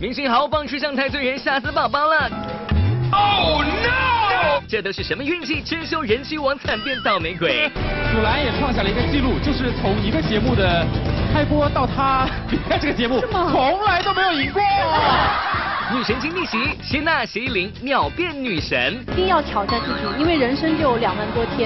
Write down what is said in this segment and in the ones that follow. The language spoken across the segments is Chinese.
明星豪放吃相太岁人吓死宝宝了。Oh no！ 这都是什么运气？真秀人气王惨变倒霉鬼。 祖蓝也创下了一个记录，就是从一个节目的开播到他离开这个节目，从来都没有赢过。 女神经逆袭，谢娜、谢依霖秒变女神。 一定要挑战自己，因为人生就有2万多天。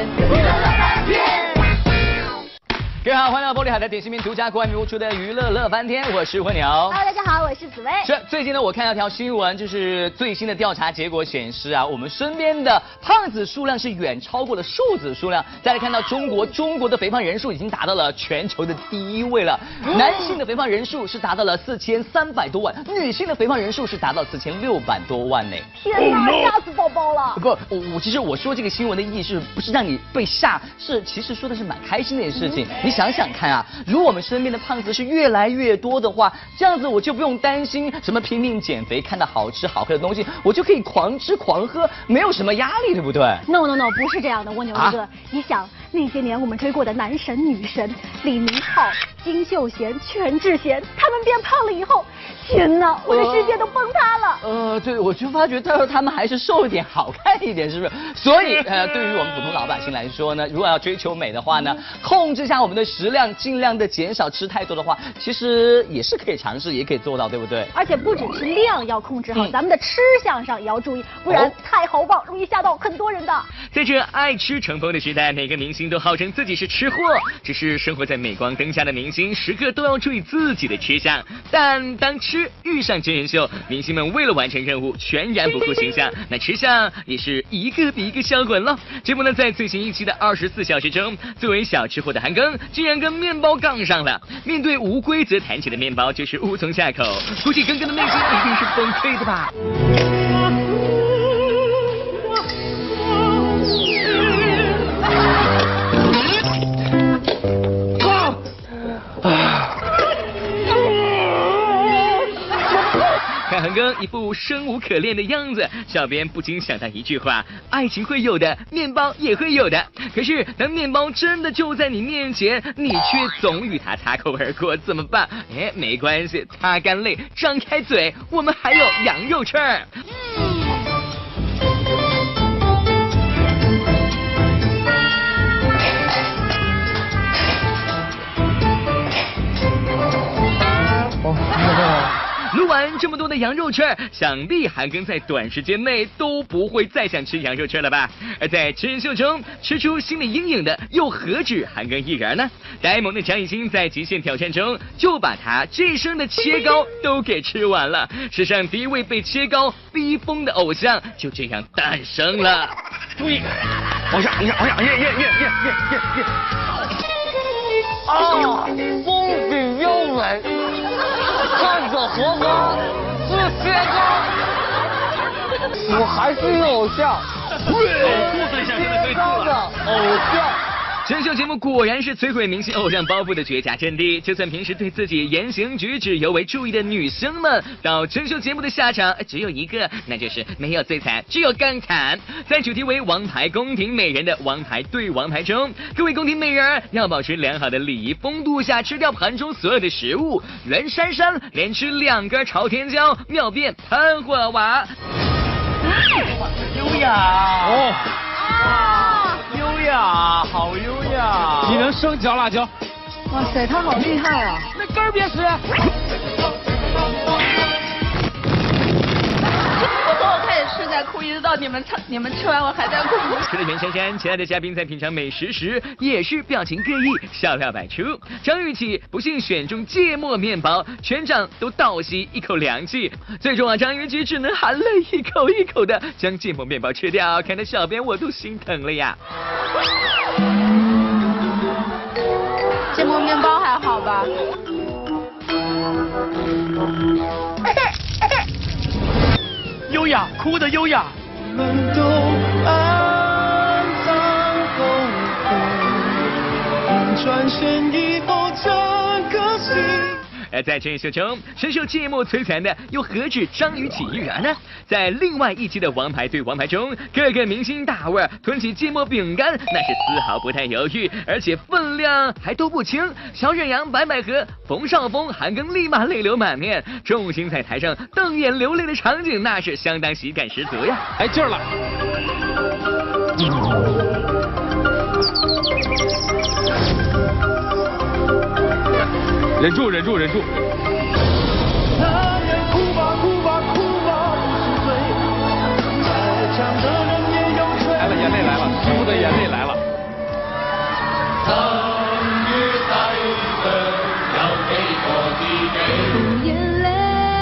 各位好，欢迎来到玻璃海的点心面独家国外名播出的娱乐乐翻天，我是蜗牛。 Hello， 大家好，我是紫薇。 是最近呢，我看到一条新闻，就是最新的调查结果显示啊，我们身边的胖子数量是远超过了瘦子数量。再来看到中国的肥胖人数已经达到了全球的第1位了。男性的肥胖人数是达到了4300多万，女性的肥胖人数是达到4600多万呢。 天哪，吓死宝宝了！ 不，其实我说这个新闻的意义是不是让你被吓，是其实说的是蛮开心的一件事情。你想想看啊，如果我们身边的胖子是越来越多的话，这样子我就不用担心什么拼命减肥，看到好吃好喝的东西，我就可以狂吃狂喝，没有什么压力，对不对 ？No， 不是这样的，蜗牛哥，你想那些年我们追过的男神女神，李明浩、金秀贤、全智贤，他们变胖了以后，天哪，我的世界都崩塌了。 对，我就发觉他们还是瘦一点好看一点，是不是？所以对于我们普通老百姓来说呢，如果要追求美的话呢，控制一下我们的食量，尽量的减少吃太多的话，其实也是可以尝试，也可以做到，对不对？ 而且不只是量要控制好，咱们的吃相上也要注意，不然太豪放，容易吓到很多人的。 在这爱吃成风的时代，每个明星都号称自己是吃货，只是生活在镁光灯下的明星，时刻都要注意自己的吃相。但当吃遇上真人秀，明星们为了完成任务，全然不顾形象，那吃相也是一个比一个销魂了。这不呢，在最新一期的24小时中，作为小吃货的韩庚竟然跟面包杠上了。面对无规则弹起的面包，就是无从下口，估计庚庚的内心一定是崩溃的吧。看韩庚一副生无可恋的样子，小编不禁想到一句话：爱情会有的，面包也会有的。可是当面包真的就在你面前，你却总与它擦口而过，怎么办？没关系，擦干泪，张开嘴，我们还有羊肉串儿。录完这么多的羊肉串，想必韩庚在短时间内都不会再想吃羊肉串了吧？而在真人秀中吃出心理阴影的，又何止韩庚一人呢？呆萌的张艺兴在极限挑战中就把他这一生的切糕都给吃完了，史上第一位被切糕逼疯的偶像就这样诞生了。注意，往上，耶！ 啊，风景优美。看着活泼是切糕，我还是一个偶像，切糕的偶像。 真秀节目果然是摧毁明星偶像包袱的绝佳阵地。就算平时对自己言行举止尤为注意的女生们，到真秀节目的下场只有一个，那就是没有最惨，只有更惨。在主题为王牌宫廷美人的王牌对王牌中，各位宫廷美人要保持良好的礼仪风度下吃掉盘中所有的食物。袁姗姗连吃2根朝天椒，秒变喷火娃。 优雅哦。优雅，好优雅！ 你能生嚼辣椒？ 哇塞，他好厉害啊！ 那根儿别吃。 我从我开始吃在哭，一直到你们吃完我还在哭。 除了袁姗姗，其他的嘉宾在品尝美食时也是表情各异，笑料百出。张雨绮不幸选中芥末面包，全场都倒吸一口凉气。最终啊，张雨绮只能含泪一口一口的将芥末面包吃掉，看得小编我都心疼了呀。 芥末面包还好吧？ 优雅，哭的优雅。 转身以后，这个心而在真人秀中，深受芥末摧残的又何止张雨绮一人呢？在另外一期的《王牌对王牌》中，各个明星大腕吞起芥末饼干，那是丝毫不太犹豫，而且分量还都不轻。小沈阳、白百合、冯绍峰、韩庚立马泪流满面，众星在台上瞪眼流泪的场景，那是相当喜感十足呀！ 来劲儿了。忍住，忍住，忍住。 男人哭吧哭吧哭吧不是罪，再强的人也有罪。 来了，眼泪来了，师傅的眼泪来了。 眼泪，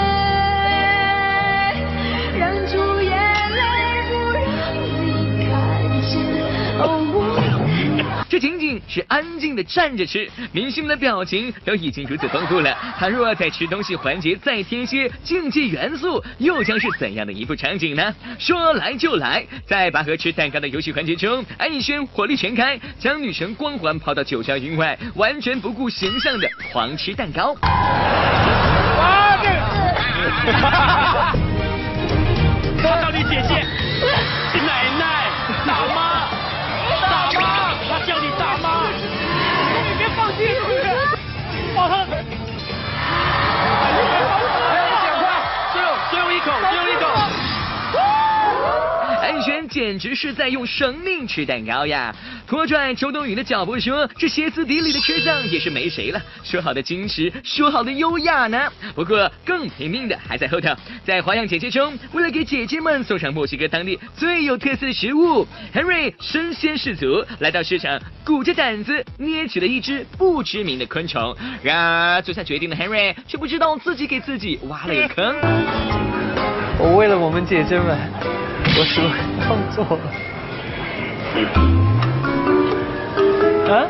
忍住眼泪，不让你看见。 这仅仅是安静的站着吃，明星们的表情都已经如此丰富了。他若在吃东西环节再添些竞技元素，又将是怎样的一副场景呢？说来就来，在拔河吃蛋糕的游戏环节中，安以轩火力全开，将女神光环抛到九霄云外，完全不顾形象的狂吃蛋糕。 哇，这个！他向你姐姐，奶奶，大妈，大妈，他叫你大妈，你别放弃，往上，赶快，最后一口，最后一口。 安轩简直是在用生命吃蛋糕呀！拖拽周冬雨的脚步说，这歇斯底里的吃相也是没谁了。说好的矜持，说好的优雅呢？不过更拼命的还在后头，在花样姐姐中，为了给姐姐们送上墨西哥当地最有特色的食物 ，Henry 身先士卒，来到市场，鼓着胆子捏起了一只不知名的昆虫。然而做下决定的 Henry 却不知道自己给自己挖了个坑。 我为了我们姐姐们，我什么都做了。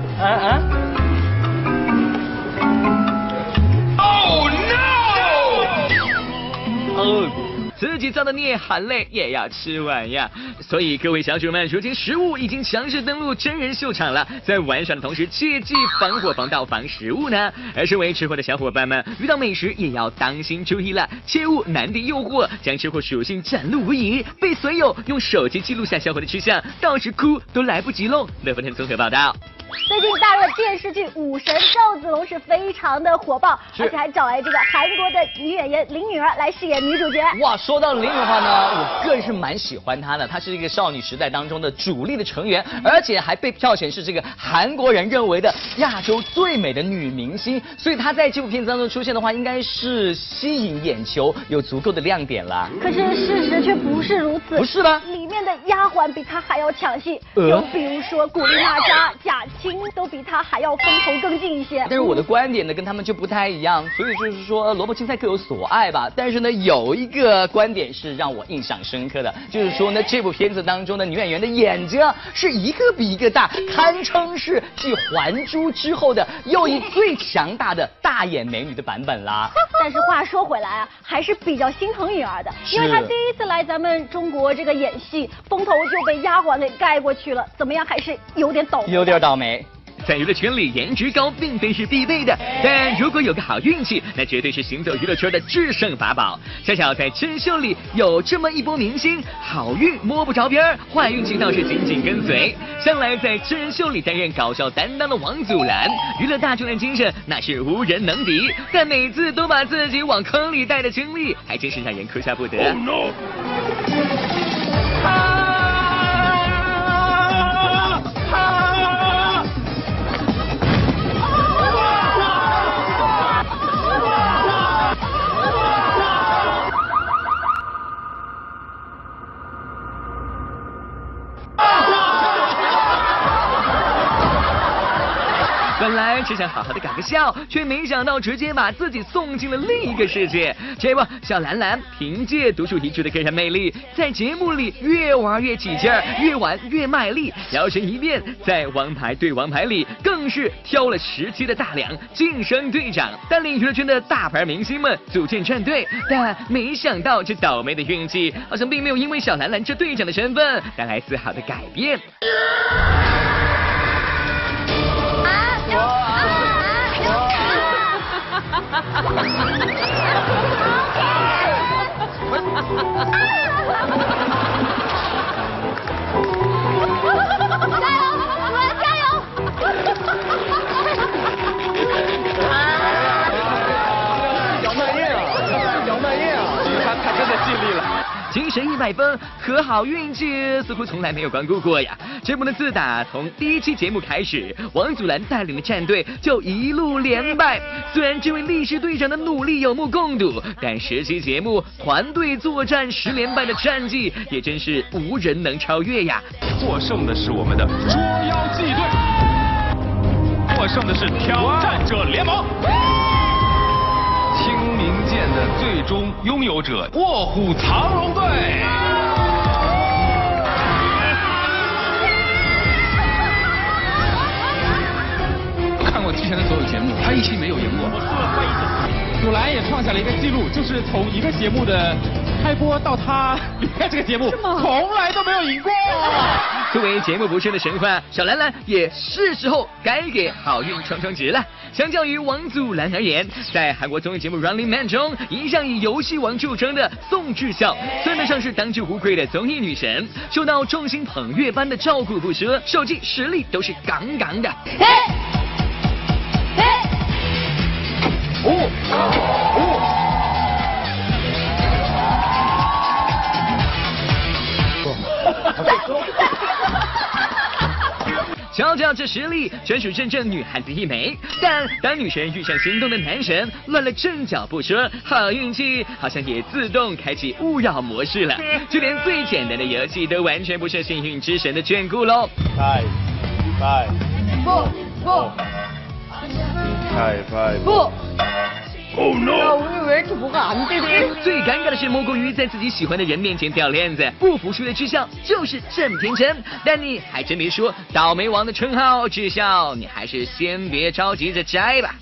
Oh no！ 自己造的孽，含泪也要吃完呀！所以各位小主们，如今食物已经强势登陆真人秀场了，在玩耍的同时，切记防火防盗防食物呢。而身为吃货的小伙伴们，遇到美食也要当心注意了，切勿难敌诱惑，将吃货属性展露无遗。被损友用手机记录下小伙的吃相，到时哭都来不及喽。乐翻天综合报道。 最近大热电视剧《武神》，赵子龙是非常的火爆，而且还找来这个韩国的女演员林允儿来饰演女主角。 哇，说到林允的话呢，我个人是蛮喜欢她的，她是一个少女时代当中的主力的成员，而且还被票选是这个韩国人认为的亚洲最美的女明星，所以她在这部片子当中出现的话，应该是吸引眼球，有足够的亮点啦。 可是事实却不是如此， 不是吗？ 里面的丫鬟比她还要抢戏，就比如说古力娜扎、贾青都比她还要风头更劲一些。 但是我的观点呢，跟他们就不太一样，所以就是说萝卜青菜各有所爱吧。但是呢，有一个观点是让我印象深刻的，就是说呢，这部片子当中的女演员的眼睛是一个比一个大，堪称是继《还珠》之后的又一最强大的大眼美女的版本啦。 但是话说回来啊，还是比较心疼允儿的，因为她第一次来咱们中国这个演戏，风头就被丫鬟给盖过去了，怎么样还是有点倒霉。 有点倒霉。 在娱乐圈里，颜值高并非是必备的，但如果有个好运气，那绝对是行走娱乐圈的制胜法宝。恰巧在真人秀里有这么一波明星，好运摸不着边儿，坏运气倒是紧紧跟随。向来在真人秀里担任搞笑担当的王祖蓝，娱乐大众的精神那是无人能敌，但每次都把自己往坑里带的经历，还真是让人哭笑不得。Oh no！本来只想好好的搞个笑，却没想到直接把自己送进了另一个世界。这不，小兰兰凭借独树一帜的个人魅力，在节目里越玩越起劲儿，越玩越卖力，摇身一变，在王牌对王牌里更是挑了17的大梁，晋升队长，带领娱乐圈的大牌明星们组建战队。但没想到这倒霉的运气，好像并没有因为小兰兰这队长的身份带来丝毫的改变。 精神100分和好运气似乎从来没有光顾过呀。这不能自打从第1期节目开始，王祖蓝带领的战队就一路连败。虽然这位历史队长的努力有目共睹，但10期节目团队作战10连败的战绩也真是无人能超越呀。 获胜的是我们的捉妖记队，获胜的是挑战者联盟。清明剑的最终拥有者卧虎藏龙队。 看过之前的所有节目，他一期没有赢过。 祖蓝也创下了一个记录，就是从一个节目的开播到他离开这个节目，从来都没有赢过。 作为节目不胜的神话，小兰兰也是时候该给好运冲冲值了。相较于王祖蓝而言，在韩国综艺节目《Running Man》中，一向以游戏王著称的宋智孝，算得上是当之无愧的综艺女神，受到众星捧月般的照顾不说，手机实力都是杠杠的。瞧瞧这实力，专属真正女汉子一枚。但当女神遇上心动的男神，乱了阵脚不说，好运气好像也自动开启勿扰模式了。就连最简单的游戏都完全不受幸运之神的眷顾喽。 不。Oh no！ 我以为这不敢对对。 最尴尬的是蘑菇鱼在自己喜欢的人面前掉链子，不服输的智孝就是郑天成。但你还真别说，倒霉王的称号，智孝你还是先别着急着摘吧。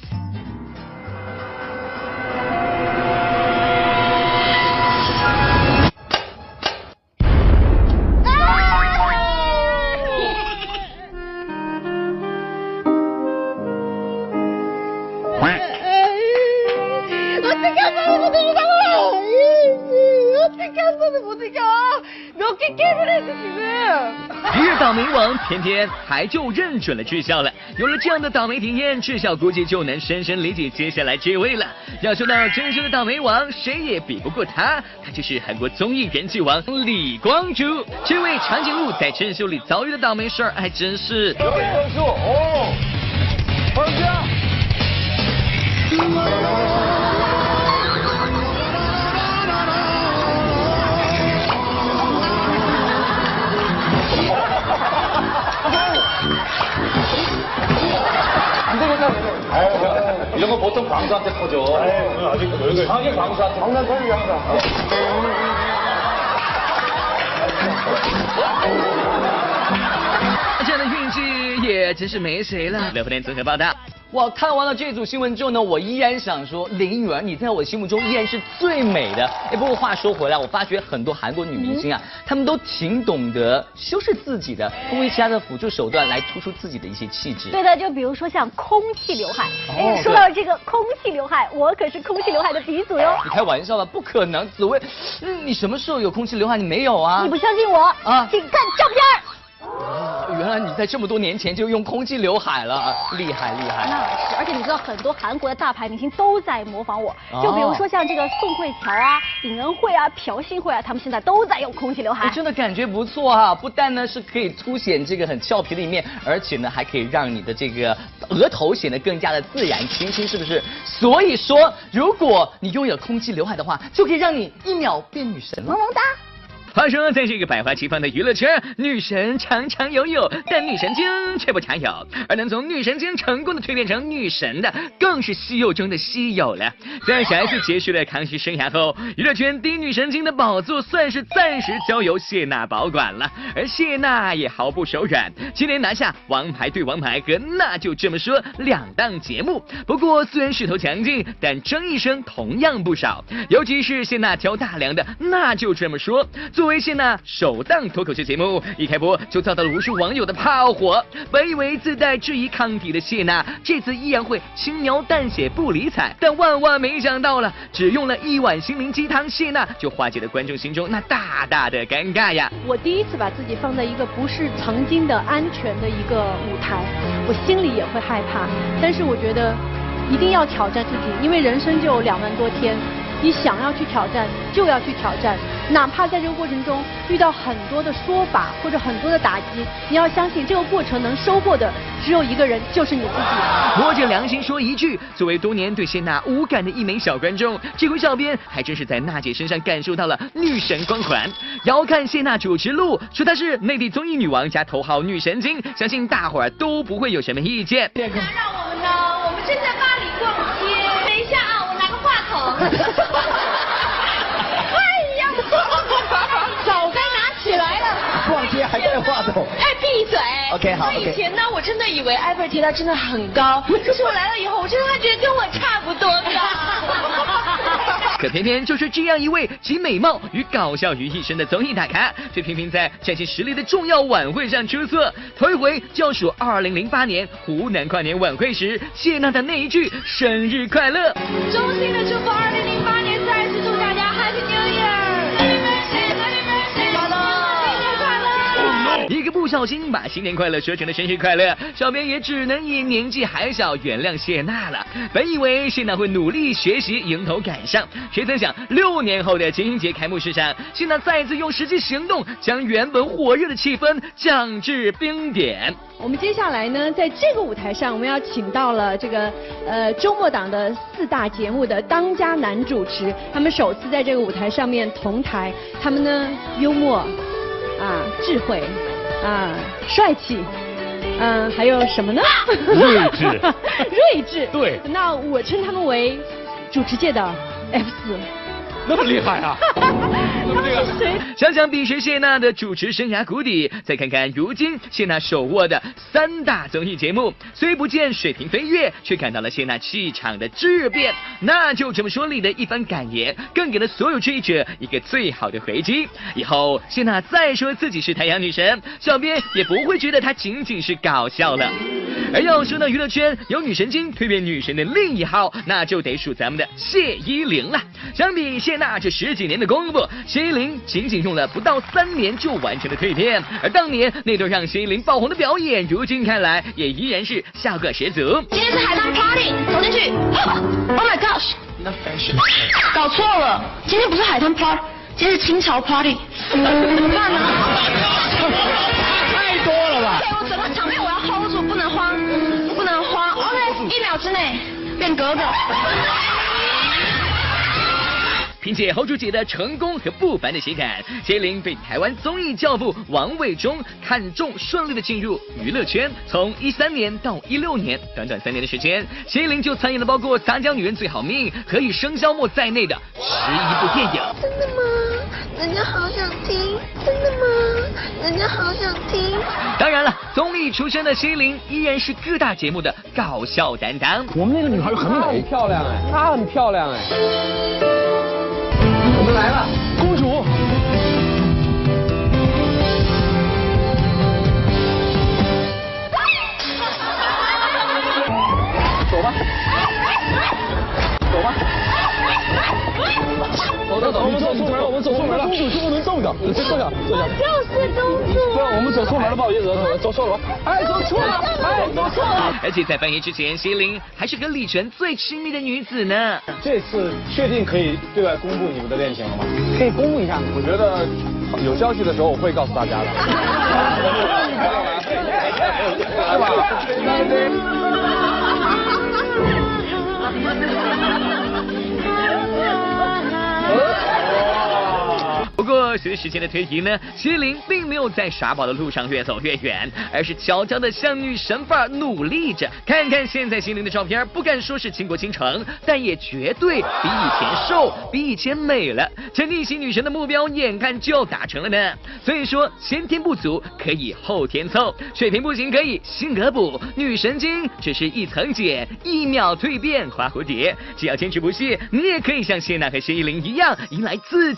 一个倒霉王偏偏还就认准了智孝了。有了这样的倒霉体验，智孝估计就能深深理解接下来这位了。要说到真正的倒霉王，谁也比不过他，他就是韩国综艺人气王李光洙。这位长颈鹿在真秀里遭遇的倒霉事儿还真是。 이런 거 보통 광수한테 퍼져. 아직 이상하게 광수한테. 장난감이 항상. 这样的运气也真是没谁了。乐福联综合报道。 我看完了这组新闻之后呢，我依然想说，林允儿，你在我心目中依然是最美的。不过话说回来，我发觉很多韩国女明星啊，她们都挺懂得修饰自己的，通过其他的辅助手段来突出自己的一些气质。 对的，就比如说像空气刘海。说到这个空气刘海，我可是空气刘海的鼻祖哟。 你开玩笑吧？不可能，紫薇，你什么时候有空气刘海？你没有啊？ 你不相信我啊？请看照片。 原来你在这么多年前就用空气刘海了，厉害厉害！ 那是，而且你知道很多韩国的大牌明星都在模仿我，就比如说像这个宋慧乔啊、尹恩惠啊、朴信惠啊，他们现在都在用空气刘海。 真的感觉不错哈，不但呢是可以凸显这个很俏皮的一面，而且呢还可以让你的这个额头显得更加的自然清新，是不是？所以说，如果你拥有空气刘海的话，就可以让你1秒变女神了。 萌萌哒。 话说，在这个百花齐放的娱乐圈，女神常常有，但女神经却不常有。而能从女神经成功的蜕变成女神的，更是稀有中的稀有了。在小 S 结束了康熙生涯后，娱乐圈第一女神经的宝座算是暂时交由谢娜保管了。而谢娜也毫不手软，接连拿下《王牌对王牌》和《那就这么说》2档节目。不过虽然势头强劲，但争议声同样不少，尤其是谢娜挑大梁的《那就这么说》。 作为谢娜首档脱口秀节目，一开播就遭到了无数网友的炮火。本以为自带质疑抗体的谢娜，这次依然会轻描淡写不理睬，但万万没想到了，只用了一碗心灵鸡汤，谢娜就化解了观众心中那大大的尴尬呀。 我第一次把自己放在一个不是曾经的安全的一个舞台，我心里也会害怕，但是我觉得一定要挑战自己，因为人生就有2万多天，你想要去挑战就要去挑战，哪怕在这个过程中遇到很多的说法或者很多的打击，你要相信这个过程能收获的只有一个人，就是你自己。 摸着良心说一句，作为多年对谢娜无感的一枚小观众，这回小编还真是在娜姐身上感受到了女神光环。遥看谢娜主持录，说她是内地综艺女王加头号女神经，相信大伙儿都不会有什么意见。 那让我们呢？我们正在巴黎逛街。等一下啊，我拿个话筒。哎呀，早该拿起来了。 逛街还带话筒？ 哎，闭嘴。 OK 好。 以前呢，我真的以为埃菲尔铁塔真的很高，可是我来了以后，我真的觉得跟我差不多高。 可偏偏就是这样一位集美貌与搞笑于一身的综艺大咖，却偏偏在展现实力的重要晚会上出色。头一回就要数2008年湖南跨年晚会时，谢娜的那一句“生日快乐”。 衷心的祝福2008年，再次祝大家 Happy New Year！ 一个不小心把新年快乐说成了生日快乐，小编也只能以年纪还小原谅谢娜了。本以为谢娜会努力学习迎头赶上，谁曾想6年后的情人节开幕式上，谢娜再次用实际行动将原本火热的气氛降至冰点。 我们接下来呢，在这个舞台上，我们要请到了这个周末档的4大节目的当家男主持，他们首次在这个舞台上面同台，他们呢幽默啊，智慧啊，帅气。还有什么呢？ 睿智， 睿智。 对。 那我称他们为主持界的 F4。 那么厉害啊！ 他们是谁？ 想想彼时谢娜的主持生涯谷底，再看看如今谢娜手握的3大综艺节目，虽不见水平飞跃，却看到了谢娜气场的质变。那就这么说里的一番感言，更给了所有追者一个最好的回击。以后谢娜再说自己是太阳女神，小编也不会觉得她仅仅是搞笑了。而要说到娱乐圈有女神经蜕变女神的另一号，那就得数咱们的谢依霖了。相比谢娜这10几年的功夫，谢依霖仅仅用了不到3年就完成了蜕变。而当年那段让谢依霖爆红的表演，如今看来也依然是效果十足。 今天是海滩 party， 走进去。Oh my gosh， 搞错了，今天不是海滩 party， 今天是清朝 party， 怎么办呢？ 太多了吧？ 对，我整个场面我要 hold 住，不能慌，不能慌。OK，1秒之内变格格。 凭借 hold 住姐的成功和不凡的喜感，谢依霖被台湾综艺教父王伟忠看中，顺利的进入娱乐圈。从13年到16年，短短3年的时间，谢依霖就参演了包括《撒娇女人最好命》《何以笙箫默》在内的11部电影。 真的吗？人家好想听。真的吗？人家好想听。 当然了，综艺出身的谢依霖依然是各大节目的搞笑担当。 我们那个女孩很美， 很漂亮哎，她很漂亮哎。 我们来了，公主。走吧，走吧。走，我们走出门了，我们走出门了。公主是不能动的，你先坐下，坐下。 就是公主。 不，我们走错门了，不好意思，走错了吧？哎，走错了，哎，走错了。 而且在翻译之前，谢依霖还是和李晨最亲密的女子呢。 这次确定可以对外公布你们的恋情了吗？ 可以公布一下。 我觉得有消息的时候我会告诉大家的。来吧。 不过随着时间的推移呢，谢依霖并没有在耍宝的路上越走越远，而是悄悄的向女神范儿努力着。看看现在谢依霖的照片，不敢说是倾国倾城，但也绝对比以前瘦，比以前美了。这逆袭女神的目标眼看就要达成了呢。所以说先天不足可以后天凑，水平不行可以性格补，女神经只是一层茧，1秒蜕变花蝴蝶。只要坚持不懈，你也可以像谢娜和谢依霖一样，迎来自己的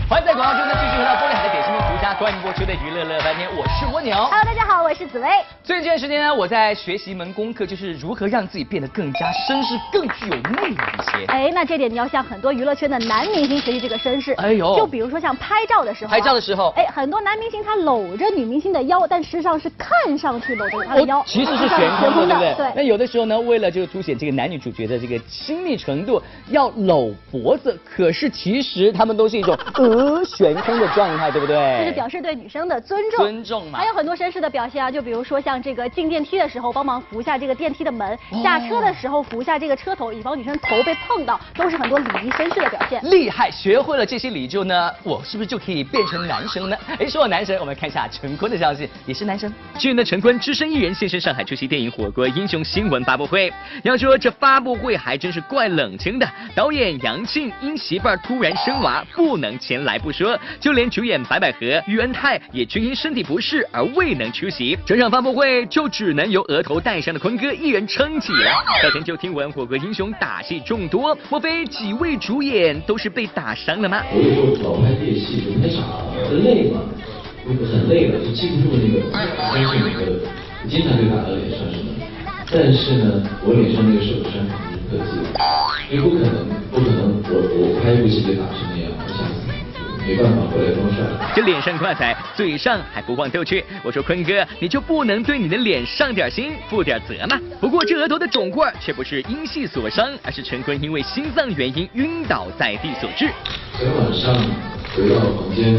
欢迎在广告中呢继续回到玻璃海的点心面独家冠名播出的娱乐乐翻天，我是蜗牛。 Hello， 大家好，我是紫薇。 最近这段时间呢，我在学习一门功课，就是如何让自己变得更加绅士，更具有魅力一些。 哎，那这点你要向很多娱乐圈的男明星学习这个绅士。 哎呦， 就比如说像拍照的时候，哎，很多男明星他搂着女明星的腰，但实际上是看上去搂着她的腰， 其实是悬空的，对不对？ 对。 那有的时候呢，为了这个凸显这个男女主角的这个亲密程度，要搂脖子，可是其实他们都是一种悬空的状态，对不对？ 这是表示对女生的尊重。 尊重嘛。 还有很多绅士的表现啊，就比如说像这个进电梯的时候帮忙扶下这个电梯的门，下车的时候扶下这个车头，以防女生头被碰到，都是很多礼仪绅士的表现。 厉害，学会了这些礼之后呢，我是不是就可以变成男神呢？哎，说到男神，我们看一下陈坤的消息，也是男神。 去年的陈坤只身一人现身上海出席电影《火锅英雄》新闻发布会。要说这发布会还真是怪冷清的，导演杨庆因媳妇儿突然生娃不能前来不说，就连主演白百合、于恩泰也均因身体不适而未能出席。整场发布会就只能由额头带伤的坤哥一人撑起了。早前就听闻《火锅英雄》打戏众多，莫非几位主演都是被打伤了吗？ 我有时候老拍这些戏，不太傻，累嘛，很累了，就记不住那个，相信那个经常被打到脸上什么的。但是呢，我脸上那个受伤肯定不可记的，因为不可能，我拍一部戏被打成那样，我想没办法回来装帅。 这脸上挂彩，嘴上还不忘逗趣。我说坤哥，你就不能对你的脸上点心，负点责吗？不过这额头的肿块却不是因戏所伤，而是陈坤因为心脏原因晕倒在地所致。 昨天晚上回到房间，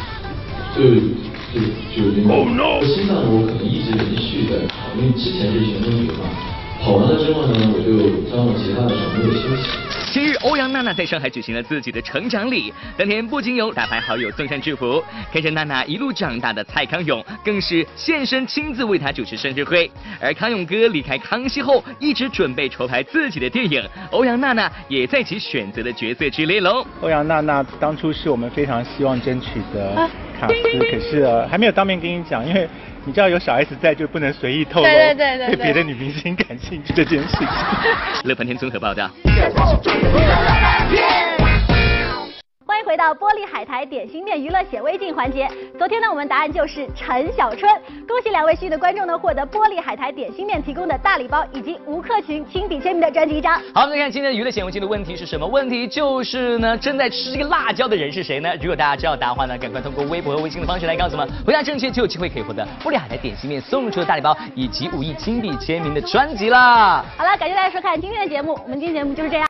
就那个心脏我可能一直连续在跑，因为之前是全中学嘛，跑完了之后呢，我就张罗其他的场地休息。 今日欧阳娜娜在上海举行了自己的成长礼，当天不仅有大牌好友送上祝福，看着娜娜一路长大的蔡康永更是现身亲自为她主持生日会。而康永哥离开康熙后，一直准备筹拍自己的电影，欧阳娜娜也在其选择的角色之列喽。 欧阳娜娜当初是我们非常希望争取的卡司，可是还没有当面跟你讲，因为你知道有小 S 在，就不能随意透露对别的女明星感兴趣这件事情。 乐翻天综合报道。 欢迎回到玻璃海苔点心面娱乐显微镜环节。昨天呢，我们答案就是陈小春。恭喜2位幸运的观众呢，获得玻璃海苔点心面提供的大礼包以及吴克群亲笔签名的专辑一张。 好，我们来看今天的娱乐显微镜的问题是什么？问题就是呢，正在吃这个辣椒的人是谁呢？如果大家知道答案的话呢，赶快通过微博和微信的方式来告诉我们。回答正确就有机会可以获得玻璃海苔点心面送出的大礼包以及5亿亲笔签名的专辑啦。 好了，感谢大家收看今天的节目，我们今天节目就是这样。